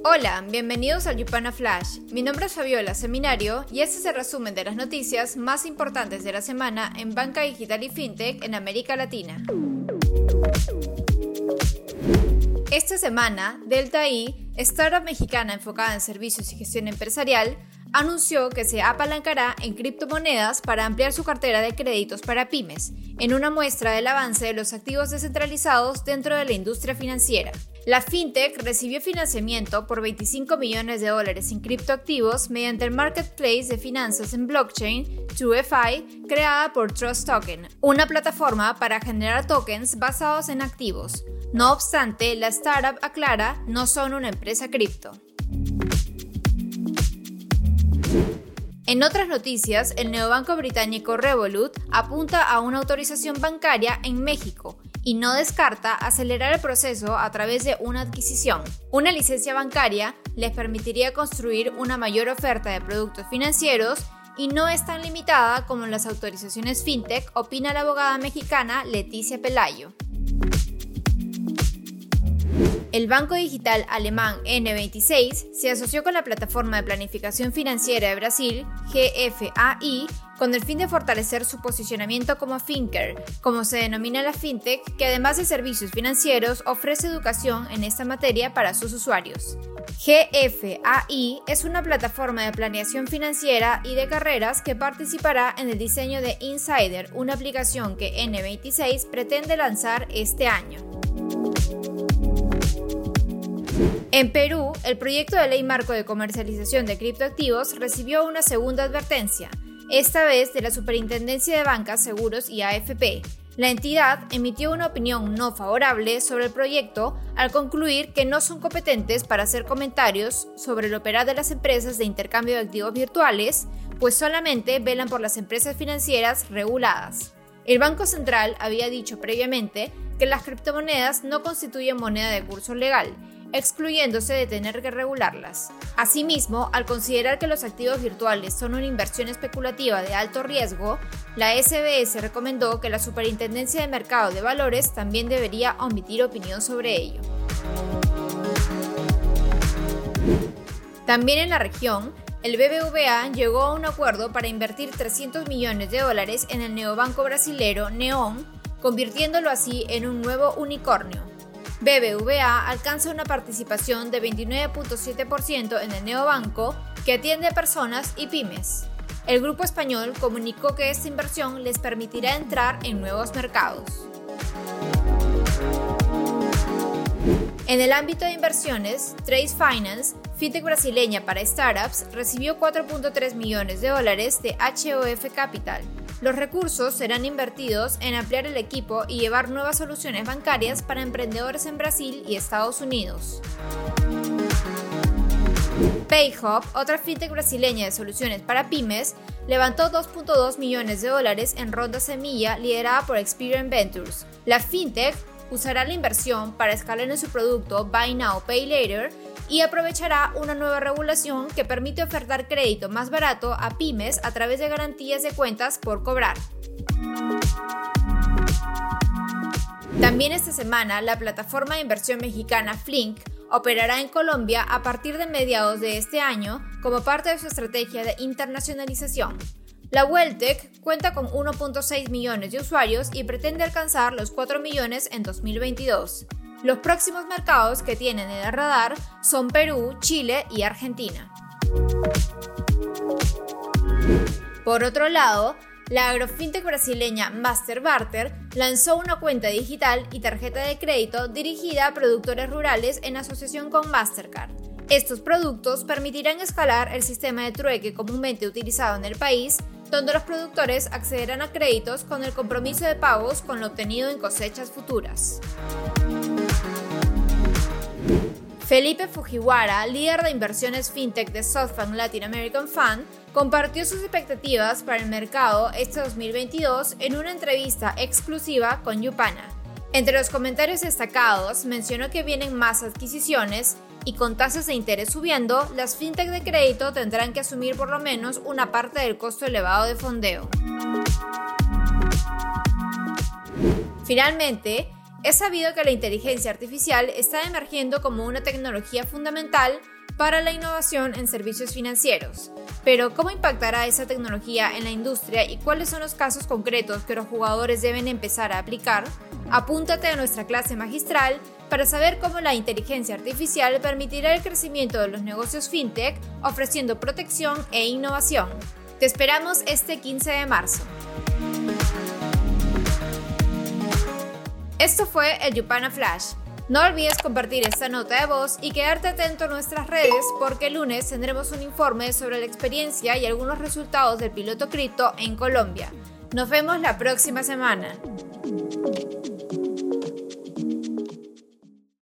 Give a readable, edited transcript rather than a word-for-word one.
Hola, bienvenidos al Yupana Flash. Mi nombre es Fabiola Seminario y este es el resumen de las noticias más importantes de la semana en banca digital y fintech en América Latina. Esta semana, Delta E, startup mexicana enfocada en servicios y gestión empresarial, anunció que se apalancará en criptomonedas para ampliar su cartera de créditos para pymes, en una muestra del avance de los activos descentralizados dentro de la industria financiera. La fintech recibió financiamiento por $25 millones en criptoactivos mediante el marketplace de finanzas en blockchain 2FI creada por Trust Token, una plataforma para generar tokens basados en activos. No obstante, la startup aclara no son una empresa cripto. En otras noticias, el neobanco británico Revolut apunta a una autorización bancaria en México y no descarta acelerar el proceso a través de una adquisición. Una licencia bancaria les permitiría construir una mayor oferta de productos financieros y no es tan limitada como las autorizaciones fintech, opina la abogada mexicana Leticia Pelayo. El banco digital alemán N26 se asoció con la plataforma de planificación financiera de Brasil, GFAI, con el fin de fortalecer su posicionamiento como Finker, como se denomina la fintech, que además de servicios financieros ofrece educación en esta materia para sus usuarios. GFAI es una plataforma de planeación financiera y de carreras que participará en el diseño de Insider, una aplicación que N26 pretende lanzar este año. En Perú, el proyecto de ley marco de comercialización de criptoactivos recibió una segunda advertencia, esta vez de la Superintendencia de Bancas, Seguros y AFP. La entidad emitió una opinión no favorable sobre el proyecto al concluir que no son competentes para hacer comentarios sobre el operar de las empresas de intercambio de activos virtuales, pues solamente velan por las empresas financieras reguladas. El Banco Central había dicho previamente que las criptomonedas no constituyen moneda de curso legal, excluyéndose de tener que regularlas. Asimismo, al considerar que los activos virtuales son una inversión especulativa de alto riesgo, la SBS recomendó que la Superintendencia de Mercado de Valores también debería omitir opinión sobre ello. También en la región, el BBVA llegó a un acuerdo para invertir $300 millones en el neobanco brasilero Neon, convirtiéndolo así en un nuevo unicornio. BBVA alcanza una participación de 29.7% en el neobanco que atiende a personas y pymes. El grupo español comunicó que esta inversión les permitirá entrar en nuevos mercados. En el ámbito de inversiones, Trace Finance, fintech brasileña para startups, recibió $4.3 millones de HOF Capital. Los recursos serán invertidos en ampliar el equipo y llevar nuevas soluciones bancarias para emprendedores en Brasil y Estados Unidos. Payhub, otra fintech brasileña de soluciones para pymes, levantó $2.2 millones en ronda semilla liderada por Experian Ventures. La fintech usará la inversión para escalar en su producto Buy Now, Pay Later y aprovechará una nueva regulación que permite ofertar crédito más barato a pymes a través de garantías de cuentas por cobrar. También esta semana, la plataforma de inversión mexicana Flink operará en Colombia a partir de mediados de este año como parte de su estrategia de internacionalización. La Welltec cuenta con 1.6 millones de usuarios y pretende alcanzar los 4 millones en 2022. Los próximos mercados que tienen en el radar son Perú, Chile y Argentina. Por otro lado, la agrofintech brasileña MasterBarter lanzó una cuenta digital y tarjeta de crédito dirigida a productores rurales en asociación con Mastercard. Estos productos permitirán escalar el sistema de trueque comúnmente utilizado en el país, donde los productores accederán a créditos con el compromiso de pagos con lo obtenido en cosechas futuras. Felipe Fujiwara, líder de inversiones fintech de SoftBank Latin American Fund, compartió sus expectativas para el mercado este 2022 en una entrevista exclusiva con Yupana. Entre los comentarios destacados, mencionó que vienen más adquisiciones y con tasas de interés subiendo, las fintech de crédito tendrán que asumir por lo menos una parte del costo elevado de fondeo. Finalmente, es sabido que la inteligencia artificial está emergiendo como una tecnología fundamental para la innovación en servicios financieros. Pero, ¿cómo impactará esa tecnología en la industria y cuáles son los casos concretos que los jugadores deben empezar a aplicar? Apúntate a nuestra clase magistral para saber cómo la inteligencia artificial permitirá el crecimiento de los negocios fintech, ofreciendo protección e innovación. Te esperamos este 15 de marzo. Esto fue el Yupana Flash. No olvides compartir esta nota de voz y quedarte atento a nuestras redes porque el lunes tendremos un informe sobre la experiencia y algunos resultados del piloto cripto en Colombia. Nos vemos la próxima semana.